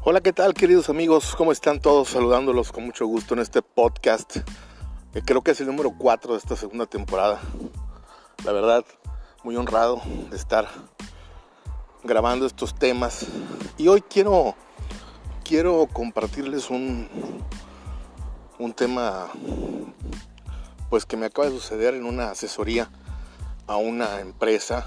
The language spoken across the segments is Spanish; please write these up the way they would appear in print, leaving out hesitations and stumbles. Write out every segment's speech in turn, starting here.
Hola, ¿qué tal, queridos amigos? ¿Cómo están todos? Saludándolos con mucho gusto en este podcast, que creo que es el número 4 de esta segunda temporada. La verdad, muy honrado de estar grabando estos temas. Y hoy quiero compartirles un tema pues que me acaba de suceder en una asesoría a una empresa.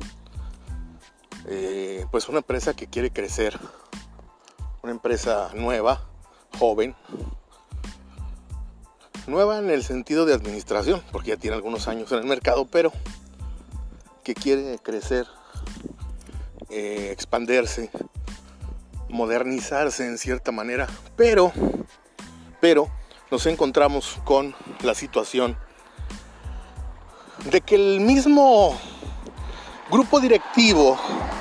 Pues una empresa que quiere crecer. Una empresa nueva, joven, nueva en el sentido de administración, porque ya tiene algunos años en el mercado, pero que quiere crecer, expandirse, modernizarse en cierta manera, pero nos encontramos con la situación de que el mismo grupo directivo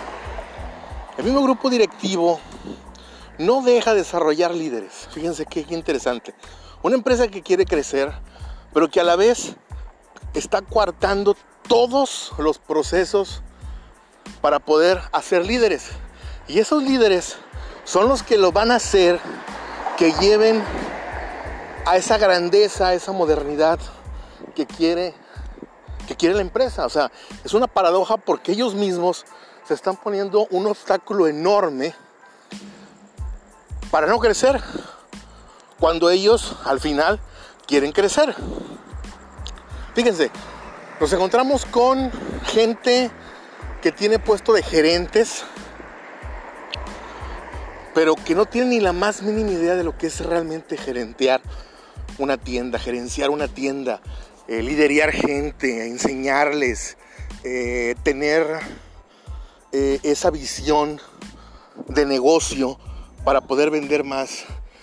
no deja de desarrollar líderes. Fíjense qué interesante. Una empresa que quiere crecer, pero que a la vez está coartando todos los procesos para poder hacer líderes. Y esos líderes son los que lo van a hacer que lleven a esa grandeza, a esa modernidad que quiere la empresa. O sea, es una paradoja porque ellos mismos se están poniendo un obstáculo enorme para no crecer, cuando ellos al final quieren crecer. Fíjense, nos encontramos con gente que tiene puesto de gerentes, pero que no tiene ni la más mínima idea de lo que es realmente gerenciar una tienda, liderear gente, enseñarles, tener esa visión de negocio para poder vender más,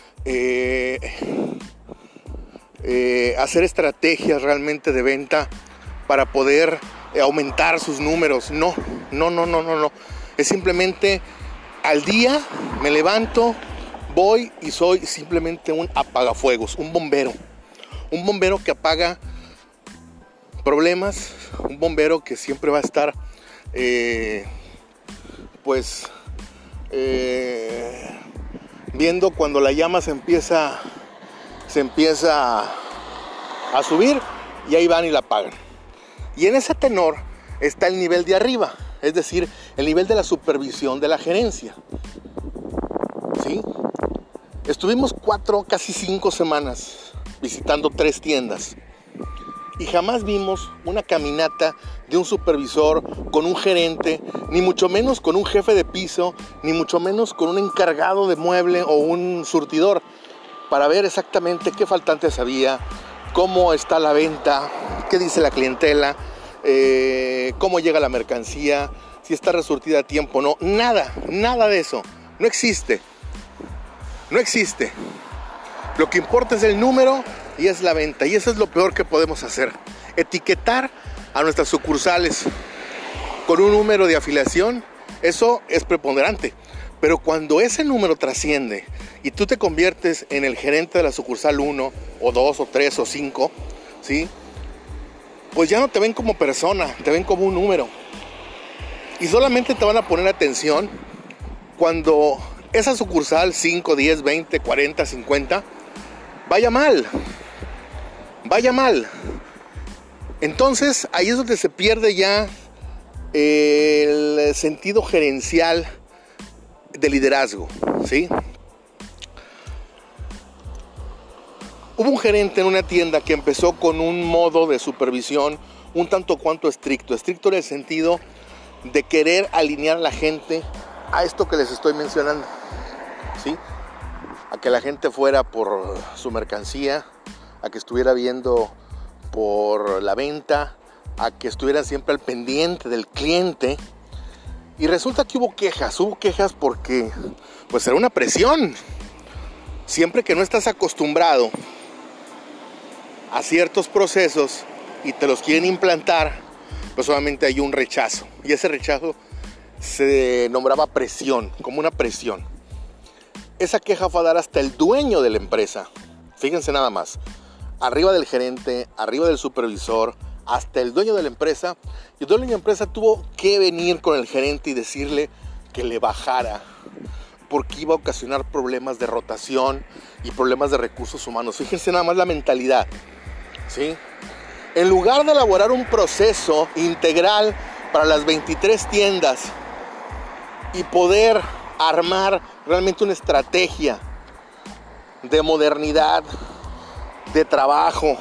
hacer estrategias realmente de venta para poder aumentar sus números. No. Es simplemente al día me levanto, voy y soy simplemente un apagafuegos, un bombero que apaga problemas, un bombero que siempre va a estar viendo cuando la llama se empieza a subir, y ahí van y la apagan. Y en ese tenor está el nivel de arriba, es decir, el nivel de la supervisión de la gerencia. ¿Sí? Estuvimos 4, casi 5 semanas visitando 3 tiendas y jamás vimos una caminata de un supervisor con un gerente, ni mucho menos con un jefe de piso, ni mucho menos con un encargado de mueble o un surtidor, para ver exactamente qué faltantes había, cómo está la venta, qué dice la clientela, cómo llega la mercancía, si está resurtida a tiempo o no. Nada de eso. No existe. Lo que importa es el número y es la venta, y eso es lo peor que podemos hacer. Etiquetar a nuestras sucursales con un número de afiliación, eso es preponderante. Pero cuando ese número trasciende y tú te conviertes en el gerente de la sucursal 1 o 2 o 3 o 5, ¿sí? Pues ya no te ven como persona, te ven como un número. Y solamente te van a poner atención cuando esa sucursal 5, 10, 20, 40, 50 vaya mal. Entonces ahí es donde se pierde ya el sentido gerencial de liderazgo, ¿sí? Hubo un gerente en una tienda que empezó con un modo de supervisión un tanto cuanto estricto en el sentido de querer alinear a la gente a esto que les estoy mencionando, ¿sí? A que la gente fuera por su mercancía, a que estuviera viendo por la venta, a que estuviera siempre al pendiente del cliente. Y resulta que hubo quejas porque pues era una presión. Siempre que no estás acostumbrado a ciertos procesos y te los quieren implantar, pues solamente hay un rechazo. Y ese rechazo se nombraba presión, como una presión. Esa queja fue a dar hasta el dueño de la empresa. Fíjense nada más. Arriba del gerente, arriba del supervisor, hasta el dueño de la empresa. Y el dueño de la empresa tuvo que venir con el gerente y decirle que le bajara porque iba a ocasionar problemas de rotación y problemas de recursos humanos. Fíjense nada más la mentalidad, ¿sí? En lugar de elaborar un proceso integral para las 23 tiendas y poder armar realmente una estrategia de modernidad, de trabajo,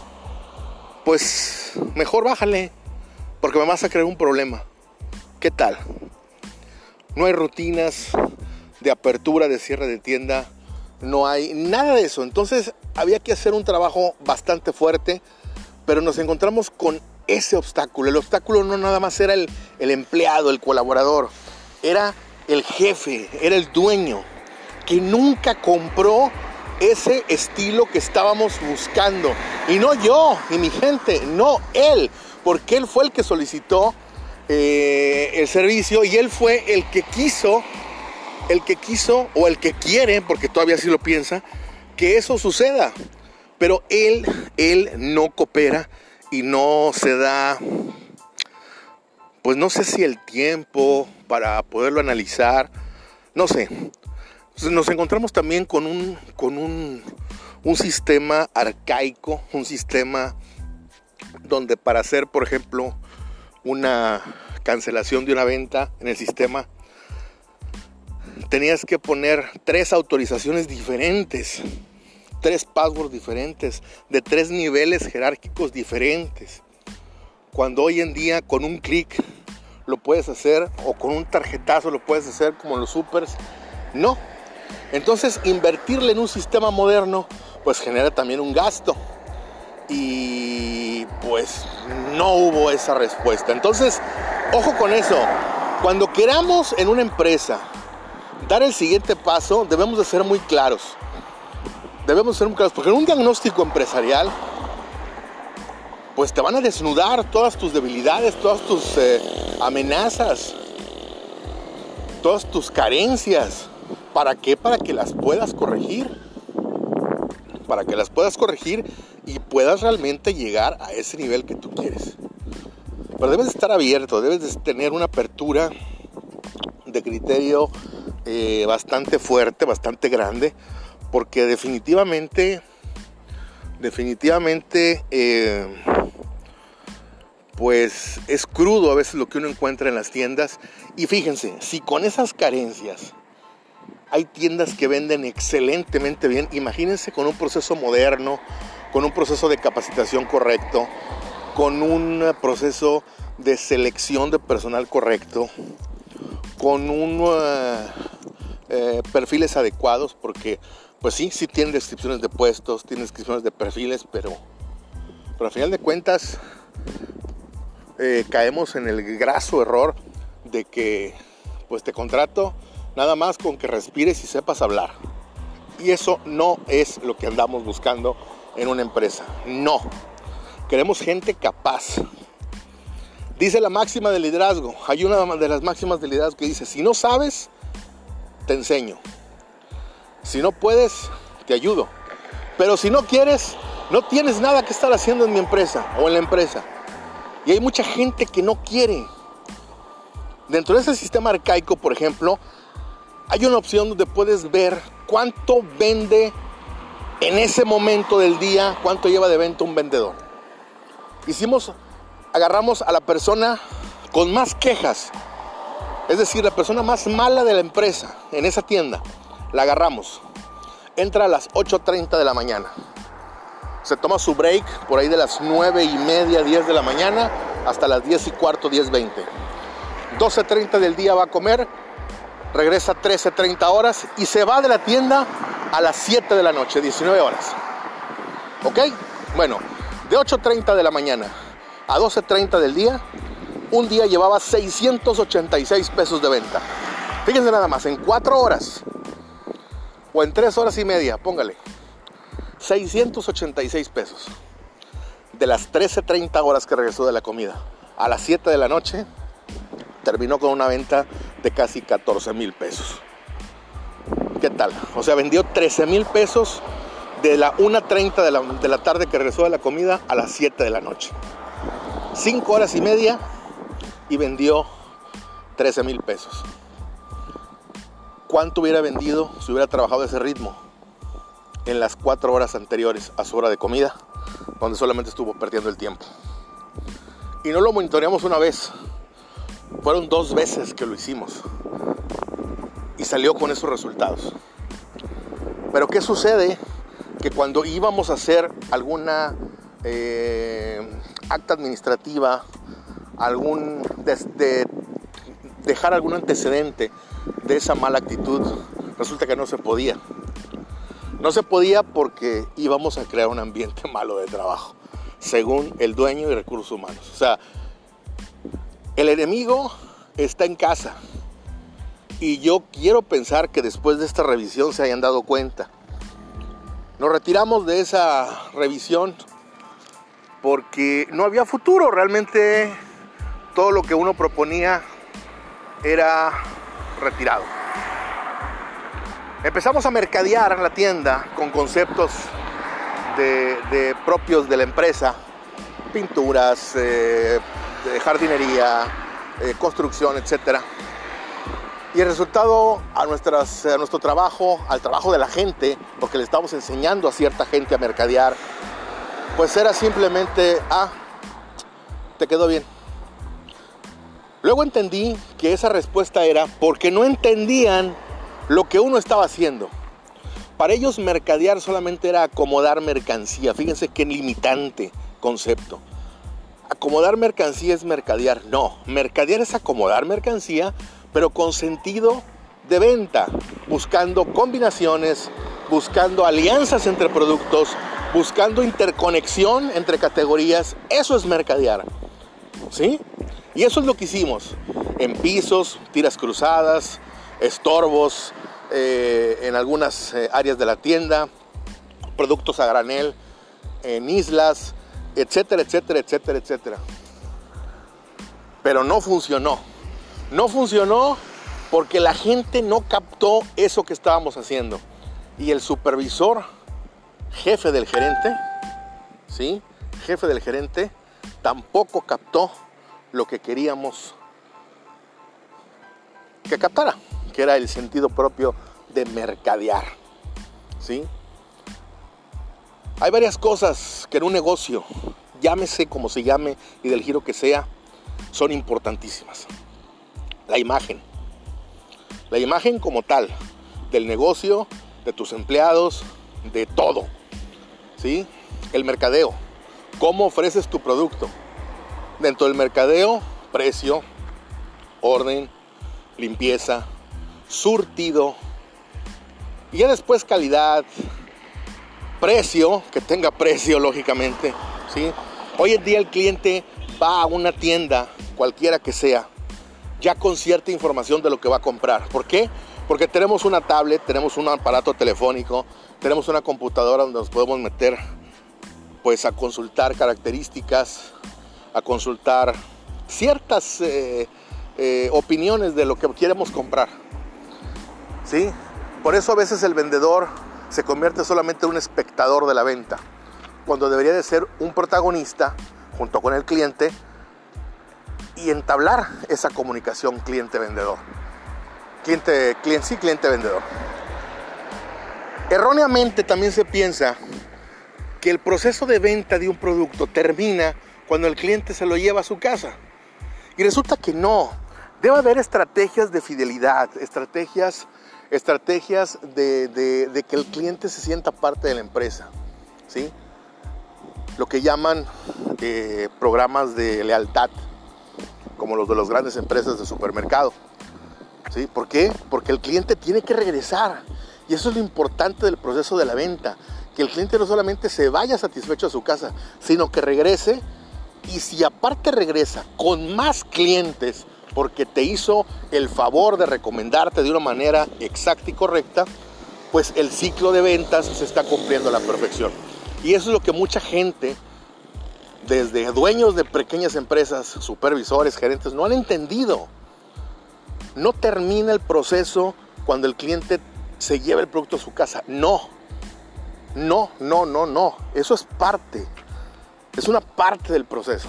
pues mejor bájale, porque me vas a crear un problema. ¿Qué tal? No hay rutinas de apertura, de cierre de tienda, no hay nada de eso. Entonces había que hacer un trabajo bastante fuerte, pero nos encontramos con ese obstáculo. El obstáculo no nada más era el empleado, el colaborador, era el jefe, era el dueño, que nunca compró ese estilo que estábamos buscando. Y no yo y mi gente, no él, porque él fue el que solicitó el servicio, y él fue el que quiso o el que quiere, porque todavía sí lo piensa, que eso suceda. Pero él no coopera y no se da, pues no sé si el tiempo para poderlo analizar, no sé. Entonces nos encontramos también con un sistema arcaico, un sistema donde para hacer, por ejemplo, una cancelación de una venta en el sistema, tenías que poner 3 autorizaciones diferentes, 3 passwords diferentes, de 3 niveles jerárquicos diferentes. Cuando hoy en día con un clic lo puedes hacer, o con un tarjetazo lo puedes hacer como en los supers. No. Entonces invertirle en un sistema moderno pues genera también un gasto. Y pues no hubo esa respuesta. Entonces, ojo con eso. Cuando queramos en una empresa dar el siguiente paso, debemos de ser muy claros. Porque en un diagnóstico empresarial pues te van a desnudar todas tus debilidades, todas tus amenazas, todas tus carencias. ¿Para qué? Para que las puedas corregir. Para que las puedas corregir y puedas realmente llegar a ese nivel que tú quieres. Pero debes de estar abierto, debes de tener una apertura de criterio bastante fuerte, bastante grande, porque definitivamente pues es crudo a veces lo que uno encuentra en las tiendas. Y fíjense, si con esas carencias hay tiendas que venden excelentemente bien, imagínense con un proceso moderno, con un proceso de capacitación correcto, con un proceso de selección de personal correcto, con perfiles adecuados, porque pues sí tienen descripciones de puestos, tienen descripciones de perfiles, pero al final de cuentas caemos en el graso error de que pues te contrato nada más con que respires y sepas hablar. Y eso no es lo que andamos buscando en una empresa. No. Queremos gente capaz. Dice la máxima de liderazgo. Hay una de las máximas de liderazgo que dice: si no sabes, te enseño. Si no puedes, te ayudo. Pero si no quieres, no tienes nada que estar haciendo en mi empresa o en la empresa. Y hay mucha gente que no quiere. Dentro de ese sistema arcaico, por ejemplo, hay una opción donde puedes ver cuánto vende en ese momento del día, cuánto lleva de venta un vendedor. Agarramos a la persona con más quejas, es decir, la persona más mala de la empresa en esa tienda. La agarramos. Entra a las 8:30 de la mañana. Se toma su break por ahí de las 9:30, 10 de la mañana hasta las 10:15, 10:20. 12:30 del día va a comer. Regresa 13:30 horas y se va de la tienda a las 7 de la noche, 19 horas. ¿Ok? Bueno, de 8:30 de la mañana a 12:30 del día, un día llevaba 686 pesos de venta. Fíjense nada más, en 4 horas o en 3 horas y media, póngale, 686 pesos. De las 13:30 horas que regresó de la comida a las 7 de la noche, terminó con una venta de casi 14,000 pesos. ¿Qué tal? O sea, vendió 13,000 pesos de la 1:30 de la tarde que regresó de la comida a las 7 de la noche. 5 horas y media y vendió 13,000 pesos. cuánto hubiera vendido si hubiera trabajado a ese ritmo en las 4 horas anteriores a su hora de comida, donde solamente estuvo perdiendo el tiempo. Y no lo monitoreamos una vez, fueron 2 veces que lo hicimos y salió con esos resultados. Pero ¿qué sucede? Que cuando íbamos a hacer alguna acta administrativa, dejar algún antecedente de esa mala actitud, resulta que no se podía. No se podía porque íbamos a crear un ambiente malo de trabajo, según el dueño de recursos humanos. O sea, el enemigo está en casa. Y yo quiero pensar que después de esta revisión se hayan dado cuenta. Nos retiramos de esa revisión porque no había futuro. Realmente todo lo que uno proponía era retirado. Empezamos a mercadear la tienda con conceptos de propios de la empresa, pinturas, jardinería, construcción, etcétera. Y el resultado a nuestro trabajo, al trabajo de la gente, porque le estamos enseñando a cierta gente a mercadear, pues era simplemente, te quedó bien. Luego entendí que esa respuesta era porque no entendían lo que uno estaba haciendo. Para ellos mercadear solamente era acomodar mercancía. Fíjense qué limitante concepto. Acomodar mercancía es mercadear. No, mercadear es acomodar mercancía, pero con sentido de venta, buscando combinaciones, buscando alianzas entre productos, buscando interconexión entre categorías. Eso es mercadear, ¿sí? Y eso es lo que hicimos en pisos, tiras cruzadas, estorbos, en algunas áreas de la tienda, productos a granel, en islas, etcétera, etcétera, etcétera, etcétera. Pero no funcionó. No funcionó porque la gente no captó eso que estábamos haciendo. Y el supervisor, jefe del gerente, ¿sí? Jefe del gerente, tampoco captó lo que queríamos que captara, que era el sentido propio de mercadear, ¿sí? Hay varias cosas que en un negocio, llámese como se llame y del giro que sea, son importantísimas. La imagen como tal, del negocio, de tus empleados, de todo, ¿sí? El mercadeo, cómo ofreces tu producto. Dentro del mercadeo, precio, orden, limpieza, surtido, y ya después calidad, precio, que tenga precio lógicamente, ¿sí? Hoy en día el cliente va a una tienda, cualquiera que sea, ya con cierta información de lo que va a comprar. ¿Por qué? Porque tenemos una tablet, tenemos un aparato telefónico, tenemos una computadora donde nos podemos meter pues a consultar características, a consultar ciertas opiniones de lo que queremos comprar, ¿sí? Por eso a veces el vendedor se convierte solamente en un espectador de la venta, cuando debería de ser un protagonista junto con el cliente y entablar esa comunicación cliente-vendedor. Cliente-vendedor. Erróneamente también se piensa que el proceso de venta de un producto termina cuando el cliente se lo lleva a su casa. Y resulta que no. Debe haber estrategias de fidelidad, estrategias de que el cliente se sienta parte de la empresa, ¿sí? Lo que llaman programas de lealtad, como los de las grandes empresas de supermercado, ¿sí? ¿Por qué? Porque el cliente tiene que regresar. Y eso es lo importante del proceso de la venta, que el cliente no solamente se vaya satisfecho a su casa, sino que regrese, y si aparte regresa con más clientes, porque te hizo el favor de recomendarte de una manera exacta y correcta, pues el ciclo de ventas se está cumpliendo a la perfección. Y eso es lo que mucha gente, desde dueños de pequeñas empresas, supervisores, gerentes, no han entendido. No termina el proceso cuando el cliente se lleva el producto a su casa. No. Eso es parte. Es una parte del proceso.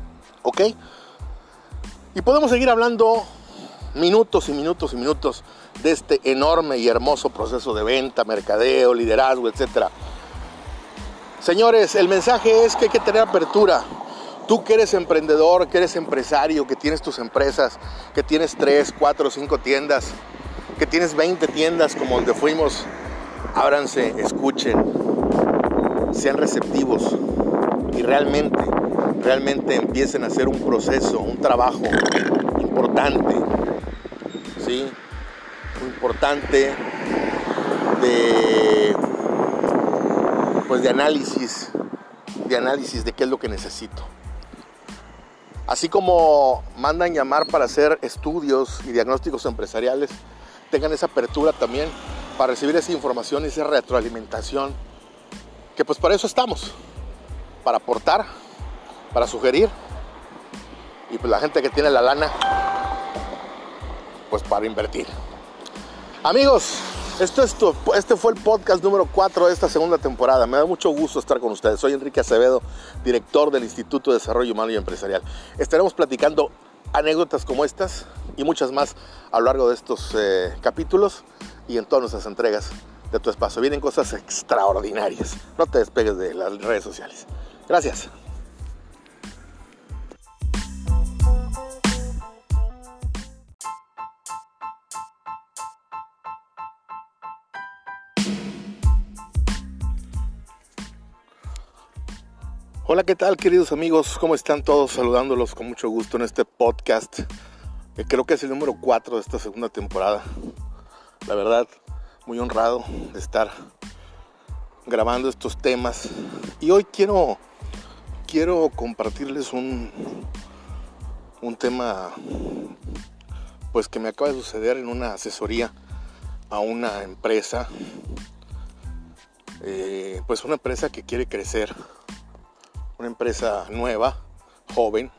¿Ok? Y podemos seguir hablando minutos y minutos y minutos de este enorme y hermoso proceso de venta, mercadeo, liderazgo, etc. Señores, el mensaje es que hay que tener apertura. Tú que eres emprendedor, que eres empresario, que tienes tus empresas, que tienes 3, 4, 5 tiendas, que tienes 20 tiendas como donde fuimos, ábranse, escuchen, sean receptivos y realmente empiecen a hacer un proceso, un trabajo importante, ¿sí? Muy importante de análisis de qué es lo que necesito. Así como mandan llamar para hacer estudios y diagnósticos empresariales, tengan esa apertura también para recibir esa información y esa retroalimentación, que pues para eso estamos, para aportar, para sugerir, y pues la gente que tiene la lana, pues para invertir. Amigos, este fue el podcast número 4 de esta segunda temporada. Me da mucho gusto estar con ustedes. Soy Enrique Acevedo, director del Instituto de Desarrollo Humano y Empresarial. Estaremos platicando anécdotas como estas y muchas más a lo largo de estos capítulos y en todas nuestras entregas de Tu Espacio. Vienen cosas extraordinarias. No te despegues de las redes sociales. Gracias. Hola, ¿qué tal, queridos amigos? ¿Cómo están todos? Saludándolos con mucho gusto en este podcast. Creo que es el número 4 de esta segunda temporada. La verdad, muy honrado de estar grabando estos temas. Y hoy quiero compartirles un tema pues que me acaba de suceder en una asesoría a una empresa. Pues una empresa que quiere crecer. Una empresa nueva, joven,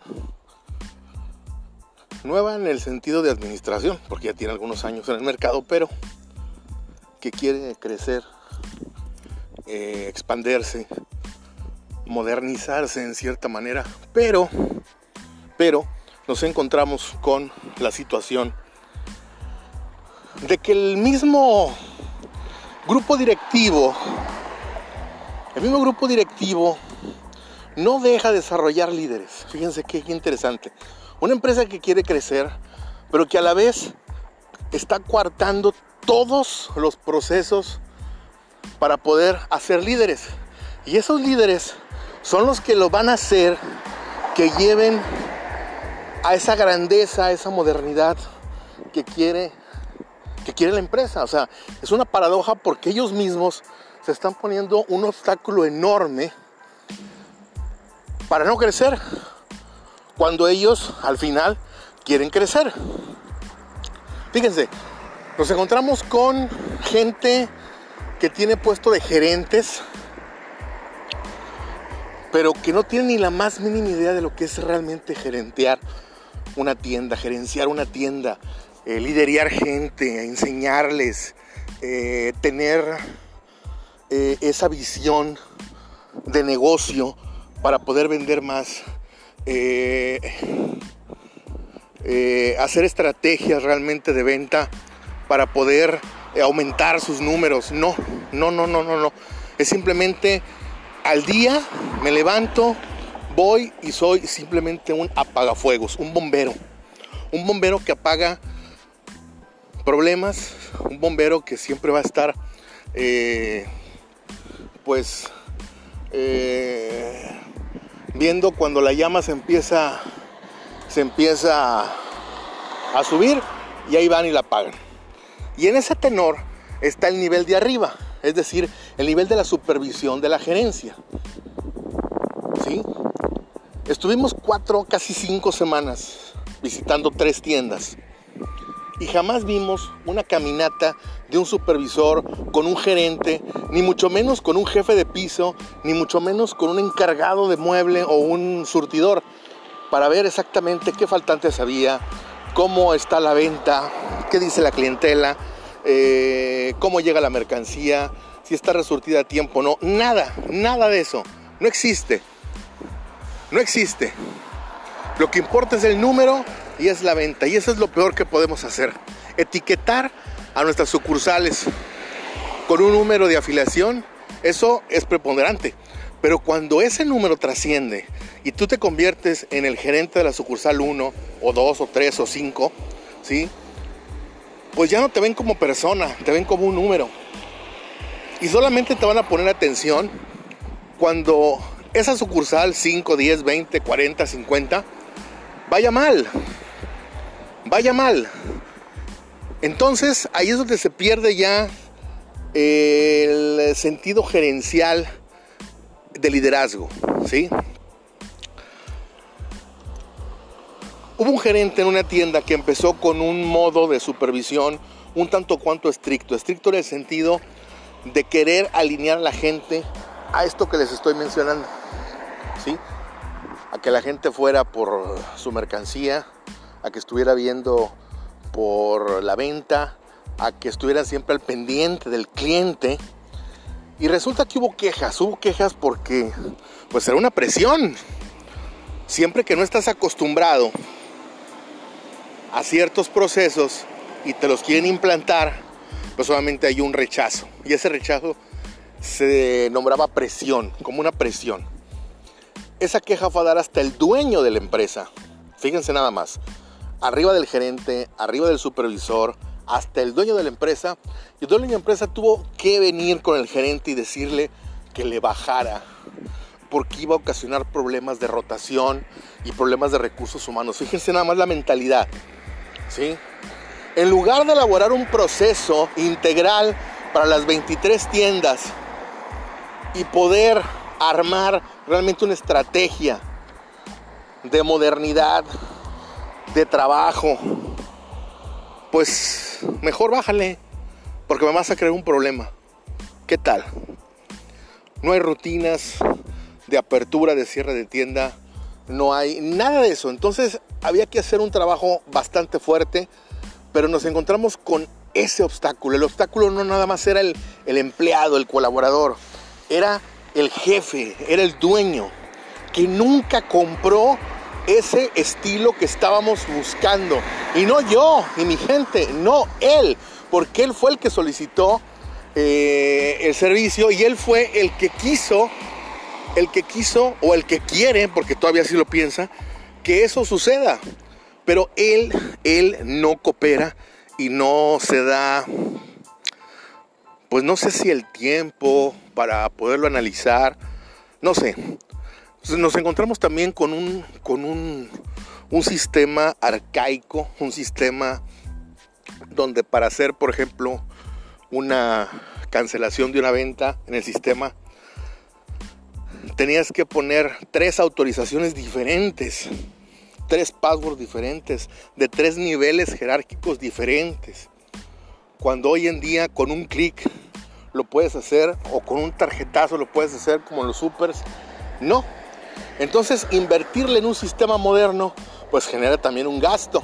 nueva en el sentido de administración, porque ya tiene algunos años en el mercado, pero que quiere crecer, expandirse, modernizarse en cierta manera, pero nos encontramos con la situación de que el mismo grupo directivo no deja de desarrollar líderes. Fíjense qué interesante. Una empresa que quiere crecer, pero que a la vez está coartando todos los procesos para poder hacer líderes. Y esos líderes son los que lo van a hacer que lleven a esa grandeza, a esa modernidad que quiere la empresa. O sea, es una paradoja porque ellos mismos se están poniendo un obstáculo enorme para no crecer, cuando ellos al final quieren crecer. Fíjense, nos encontramos con gente que tiene puesto de gerentes, pero que no tiene ni la más mínima idea de lo que es realmente gerenciar una tienda, liderear gente, enseñarles, tener esa visión de negocio para poder vender más, hacer estrategias realmente de venta para poder aumentar sus números. No. Es simplemente al día me levanto, voy y soy simplemente un apagafuegos, un bombero que apaga problemas, un bombero que siempre va a estar viendo cuando la llama se empieza a subir, y ahí van y la apagan. Y en ese tenor está el nivel de arriba, es decir, el nivel de la supervisión de la gerencia. ¿Sí? Estuvimos 4, casi 5 semanas visitando 3 tiendas y jamás vimos una caminata de un supervisor con un gerente, ni mucho menos con un jefe de piso, ni mucho menos con un encargado de mueble o un surtidor, para ver exactamente qué faltantes había, cómo está la venta, qué dice la clientela, cómo llega la mercancía, si está resurtida a tiempo o no. Nada de eso. No existe. Lo que importa es el número y es la venta. Y eso es lo peor que podemos hacer. Etiquetar a nuestras sucursales con un número de afiliación, eso es preponderante. Pero cuando ese número trasciende y tú te conviertes en el gerente de la sucursal 1 o 2 o 3 o 5, ¿sí? Pues ya no te ven como persona, te ven como un número. Y solamente te van a poner atención cuando esa sucursal 5, 10, 20, 40, 50 vaya mal. Entonces ahí es donde se pierde ya el sentido gerencial de liderazgo, ¿sí? Hubo un gerente en una tienda que empezó con un modo de supervisión un tanto cuanto estricto en el sentido de querer alinear a la gente a esto que les estoy mencionando, ¿sí? A que la gente fuera por su mercancía, a que estuviera viendo por la venta, a que estuvieran siempre al pendiente del cliente. Y resulta que hubo quejas porque pues era una presión. Siempre que no estás acostumbrado a ciertos procesos y te los quieren implantar, pues obviamente hay un rechazo. Y ese rechazo se nombraba presión, como una presión. Esa queja fue a dar hasta el dueño de la empresa. Fíjense nada más. Arriba del gerente, arriba del supervisor, hasta el dueño de la empresa. Y el dueño de la empresa tuvo que venir con el gerente y decirle que le bajara, porque iba a ocasionar problemas de rotación y problemas de recursos humanos. Fíjense nada más la mentalidad, ¿sí? En lugar de elaborar un proceso integral para las 23 tiendas y poder armar realmente una estrategia de modernidad, de trabajo, pues mejor bájale, porque me vas a crear un problema. ¿Qué tal? No hay rutinas de apertura, de cierre de tienda, no hay nada de eso. Entonces había que hacer un trabajo bastante fuerte, pero nos encontramos con ese obstáculo. El obstáculo no nada más era el empleado, el colaborador, era el jefe, era el dueño, que nunca compró ese estilo que estábamos buscando. Y no yo y mi gente, no él, porque él fue el que solicitó el servicio, y él fue el que quiso o el que quiere, porque todavía sí lo piensa, que eso suceda. Pero él no coopera y no se da, pues no sé si el tiempo para poderlo analizar, no sé. Nos encontramos también con un sistema arcaico, un sistema donde para hacer, por ejemplo, una cancelación de una venta en el sistema, tenías que poner 3 autorizaciones diferentes, 3 passwords diferentes, de 3 niveles jerárquicos diferentes. Cuando hoy en día con un clic lo puedes hacer, o con un tarjetazo lo puedes hacer como en los supers, no. Entonces invertirle en un sistema moderno pues genera también un gasto,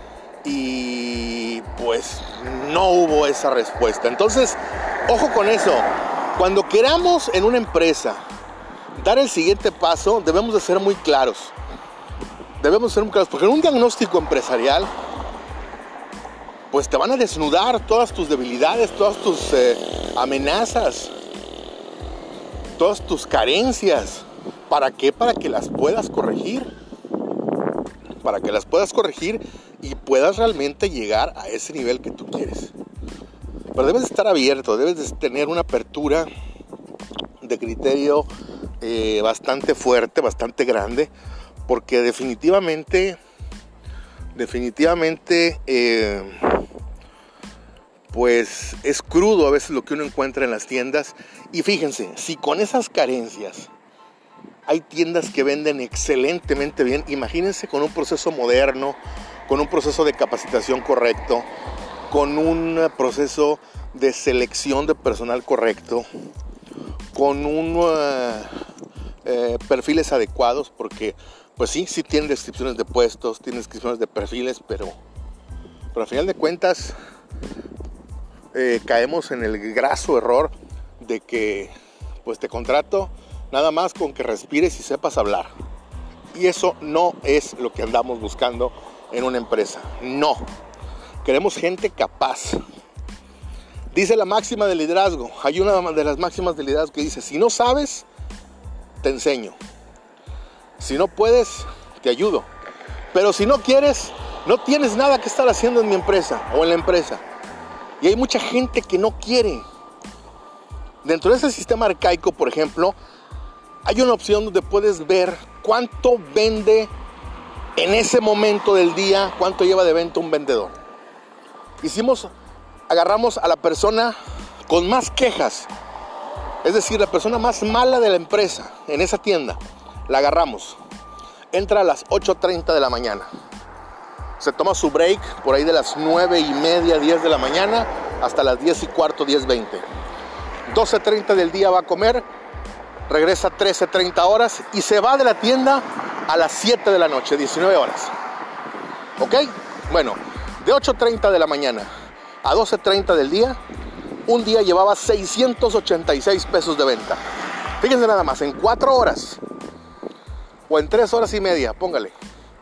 y pues no hubo esa respuesta. Entonces ojo con eso. Cuando queramos en una empresa dar el siguiente paso, debemos de ser muy claros. Porque en un diagnóstico empresarial pues te van a desnudar todas tus debilidades, todas tus amenazas, todas tus carencias. ¿Para qué? Para que las puedas corregir. Para que las puedas corregir y puedas realmente llegar a ese nivel que tú quieres. Pero debes de estar abierto, debes de tener una apertura de criterio bastante fuerte, bastante grande, porque definitivamente pues es crudo a veces lo que uno encuentra en las tiendas. Y fíjense, si con esas carencias hay tiendas que venden excelentemente bien, imagínense con un proceso moderno, con un proceso de capacitación correcto, con un proceso de selección de personal correcto, con perfiles adecuados, porque pues sí tienen descripciones de puestos, tienen descripciones de perfiles, pero al final de cuentas caemos en el graso error de que pues te contrato nada más con que respires y sepas hablar. Y eso no es lo que andamos buscando en una empresa. No. Queremos gente capaz, Dice la máxima del liderazgo, hay una de las máximas del liderazgo que dice, si no sabes, te enseño. Si no puedes, te ayudo. Pero si no quieres, no tienes nada que estar haciendo en mi empresa o en la empresa. Y hay mucha gente que no quiere. Dentro de ese sistema arcaico, por ejemplo, hay una opción donde puedes ver cuánto vende en ese momento del día, cuánto lleva de venta un vendedor. Agarramos a la persona con más quejas, es decir, la persona más mala de la empresa en esa tienda, la agarramos. Entra a las 8:30 de la mañana. Se toma su break por ahí de las 9:30, 10 de la mañana hasta las 10:15, 10:20. 12:30 del día va a comer, regresa 13:30 horas y se va de la tienda a las 7 de la noche, 19 horas. ¿Ok? Bueno, de 8:30 de la mañana a 12:30 del día, un día llevaba 686 pesos de venta. Fíjense nada más, en 4 horas o en 3 horas y media, póngale,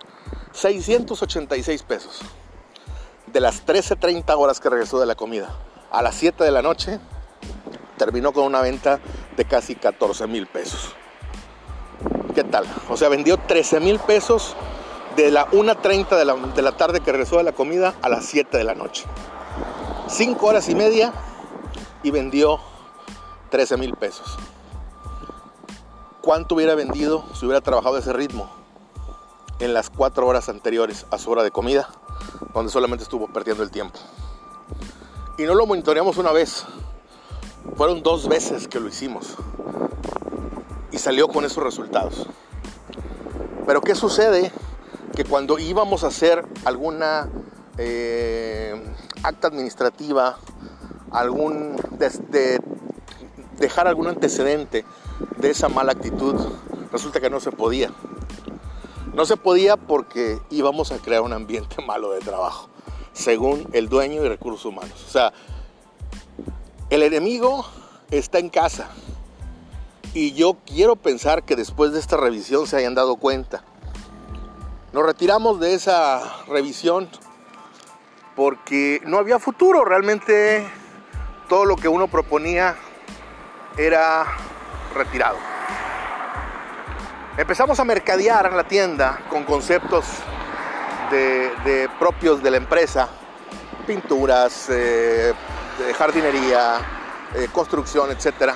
686 pesos. De las 13:30 horas que regresó de la comida a las 7 de la noche, terminó con una venta de casi 14,000 pesos. ¿Qué tal? O sea, vendió 13,000 pesos de la 1:30 de la tarde que regresó de la comida a las 7 de la noche. 5 horas y media y vendió 13,000 pesos. ¿Cuánto hubiera vendido si hubiera trabajado ese ritmo en las 4 horas anteriores a su hora de comida, donde solamente estuvo perdiendo el tiempo? Y no lo monitoreamos una vez, fueron 2 veces que lo hicimos y salió con esos resultados. Pero ¿qué sucede? Que cuando íbamos a hacer alguna acta administrativa, dejar algún antecedente de esa mala actitud, resulta que no se podía. No se podía porque íbamos a crear un ambiente malo de trabajo, según el dueño de recursos humanos. O sea, el enemigo está en casa. Y yo quiero pensar que después de esta revisión se hayan dado cuenta. Nos retiramos de esa revisión porque no había futuro. Realmente todo lo que uno proponía era retirado. Empezamos a mercadear la tienda con conceptos de propios de la empresa, pinturas, jardinería, construcción, etcétera.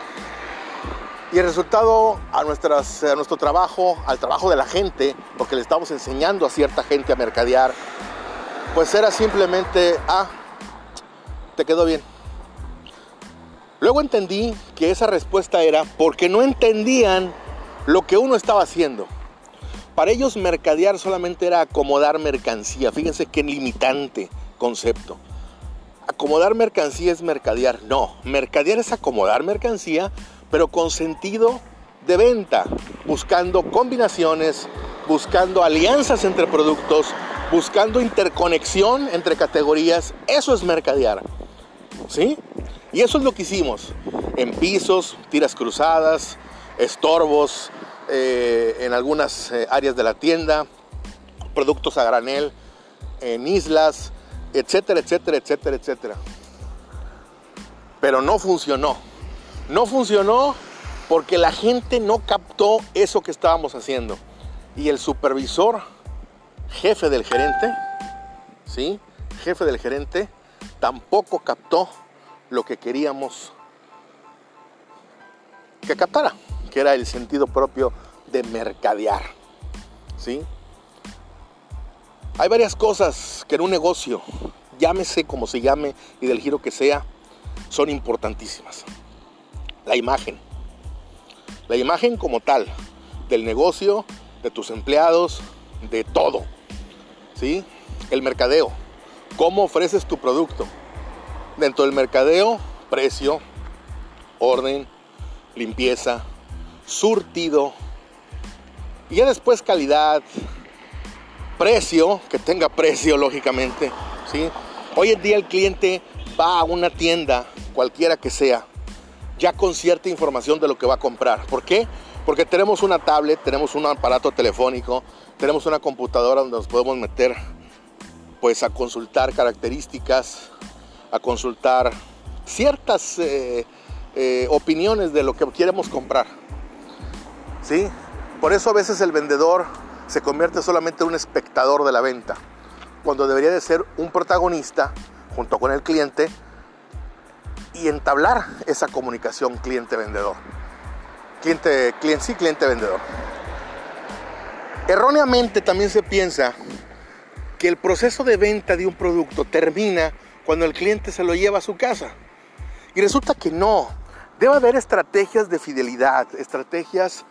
Y el resultado a nuestro trabajo, al trabajo de la gente, porque le estamos enseñando a cierta gente a mercadear, pues era simplemente, te quedó bien. Luego entendí que esa respuesta era porque no entendían lo que uno estaba haciendo. Para ellos mercadear solamente era acomodar mercancía. Fíjense qué limitante concepto. Acomodar mercancía es mercadear. No, mercadear es acomodar mercancía, pero con sentido de venta, buscando combinaciones, buscando alianzas entre productos, buscando interconexión entre categorías. Eso es mercadear, ¿sí? Y eso es lo que hicimos en pisos, tiras cruzadas, estorbos, en algunas áreas de la tienda, productos a granel, en islas, etcétera, etcétera, etcétera, etcétera. Pero no funcionó. No funcionó porque la gente no captó eso que estábamos haciendo. Y el supervisor, jefe del gerente, ¿sí? Jefe del gerente, tampoco captó lo que queríamos que captara, que era el sentido propio de mercadear, ¿sí? Hay varias cosas que en un negocio, llámese como se llame y del giro que sea, son importantísimas. La imagen como tal, del negocio, de tus empleados, de todo, ¿sí? El mercadeo, cómo ofreces tu producto. Dentro del mercadeo, precio, orden, limpieza, surtido, y ya después calidad, precio, que tenga precio lógicamente, ¿sí? Hoy en día el cliente va a una tienda, cualquiera que sea, ya con cierta información de lo que va a comprar. ¿Por qué? Porque tenemos una tablet, tenemos un aparato telefónico, tenemos una computadora donde nos podemos meter pues a consultar características, a consultar ciertas opiniones de lo que queremos comprar, ¿sí? Por eso a veces el vendedor se convierte solamente en un espectador de la venta, cuando debería de ser un protagonista junto con el cliente y entablar esa comunicación cliente-vendedor. Cliente-vendedor. Erróneamente también se piensa que el proceso de venta de un producto termina cuando el cliente se lo lleva a su casa. Y resulta que no. Debe haber estrategias de fidelidad, estrategias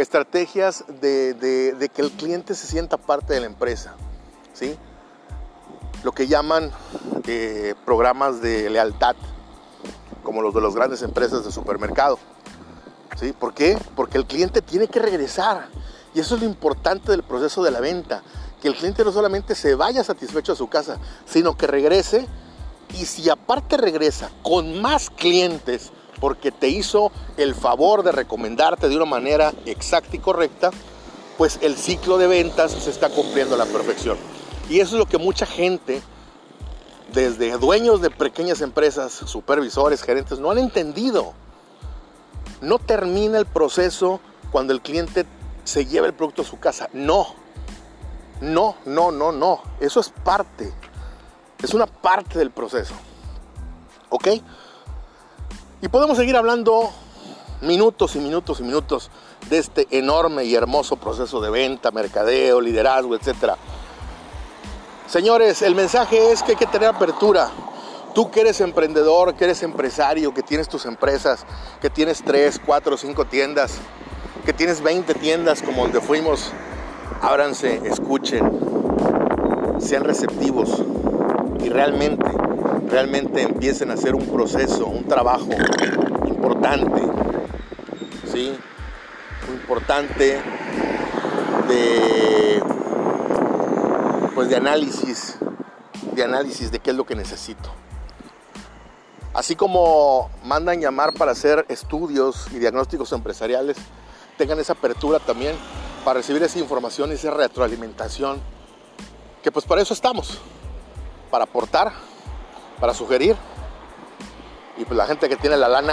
de que el cliente se sienta parte de la empresa, ¿sí? Lo que llaman programas de lealtad, como los de las grandes empresas de supermercado, ¿sí? ¿Por qué? Porque el cliente tiene que regresar. Y eso es lo importante del proceso de la venta, que el cliente no solamente se vaya satisfecho a su casa, sino que regrese, y si aparte regresa con más clientes, porque te hizo el favor de recomendarte de una manera exacta y correcta, pues el ciclo de ventas se está cumpliendo a la perfección. Y eso es lo que mucha gente, desde dueños de pequeñas empresas, supervisores, gerentes, no han entendido. No termina el proceso cuando el cliente se lleva el producto a su casa. No. Eso es parte. Es una parte del proceso. ¿Ok? Y podemos seguir hablando minutos y minutos y minutos de este enorme y hermoso proceso de venta, mercadeo, liderazgo, etc. Señores, el mensaje es que hay que tener apertura. Tú que eres emprendedor, que eres empresario, que tienes tus empresas, que tienes 3, 4, 5 tiendas, que tienes 20 tiendas como donde fuimos, ábranse, escuchen, sean receptivos y realmente empiecen a hacer un proceso, un trabajo importante, ¿sí? Importante de análisis de qué es lo que necesito. Así como mandan llamar para hacer estudios y diagnósticos empresariales, tengan esa apertura también para recibir esa información y esa retroalimentación, que pues para eso estamos, para aportar, para sugerir, y pues la gente que tiene la lana,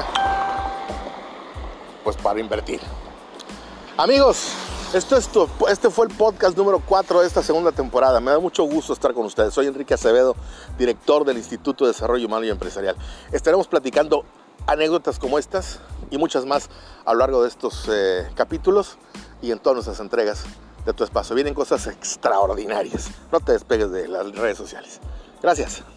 pues para invertir. Amigos, este fue el podcast número 4 de esta segunda temporada. Me da mucho gusto estar con ustedes. Soy Enrique Acevedo, director del Instituto de Desarrollo Humano y Empresarial. Estaremos platicando anécdotas como estas y muchas más a lo largo de estos capítulos y en todas nuestras entregas de Tu Espacio. Vienen cosas extraordinarias. No te despegues de las redes sociales. Gracias.